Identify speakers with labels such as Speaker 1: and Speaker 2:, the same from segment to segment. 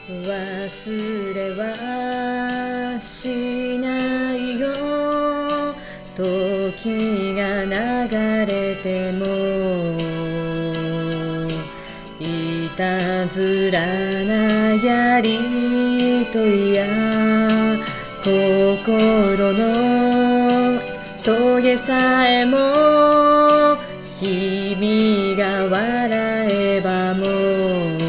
Speaker 1: 忘れはしないよ。時が流れてもいたずらなやりとりや心のトゲさえも君が笑えばもう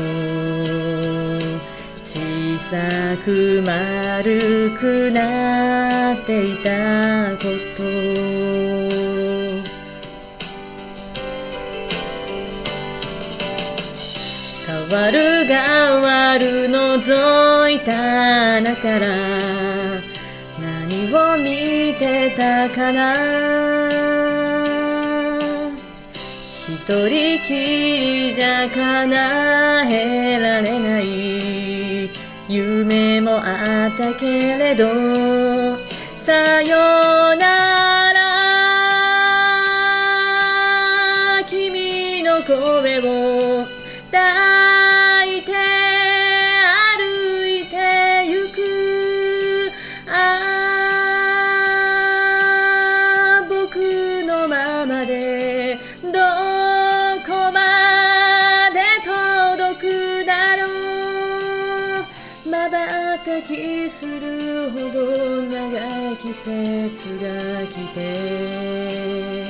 Speaker 1: 小さく丸くなっていたこと変わる変わる覗いた穴から何を見てたかな一人きりじゃ叶えられない夢もあったけれどさよなら君の声を抱いて歩いてゆく僕のままでどこまで届くだろう瞬きするほど長い季節が来て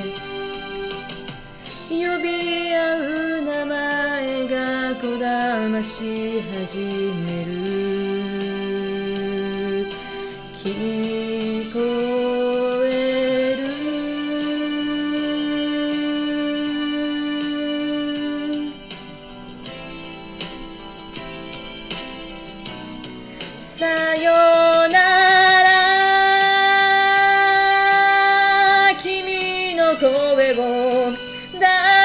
Speaker 1: 呼び合う名前がこだまし始める聞こえるさよなら君の声を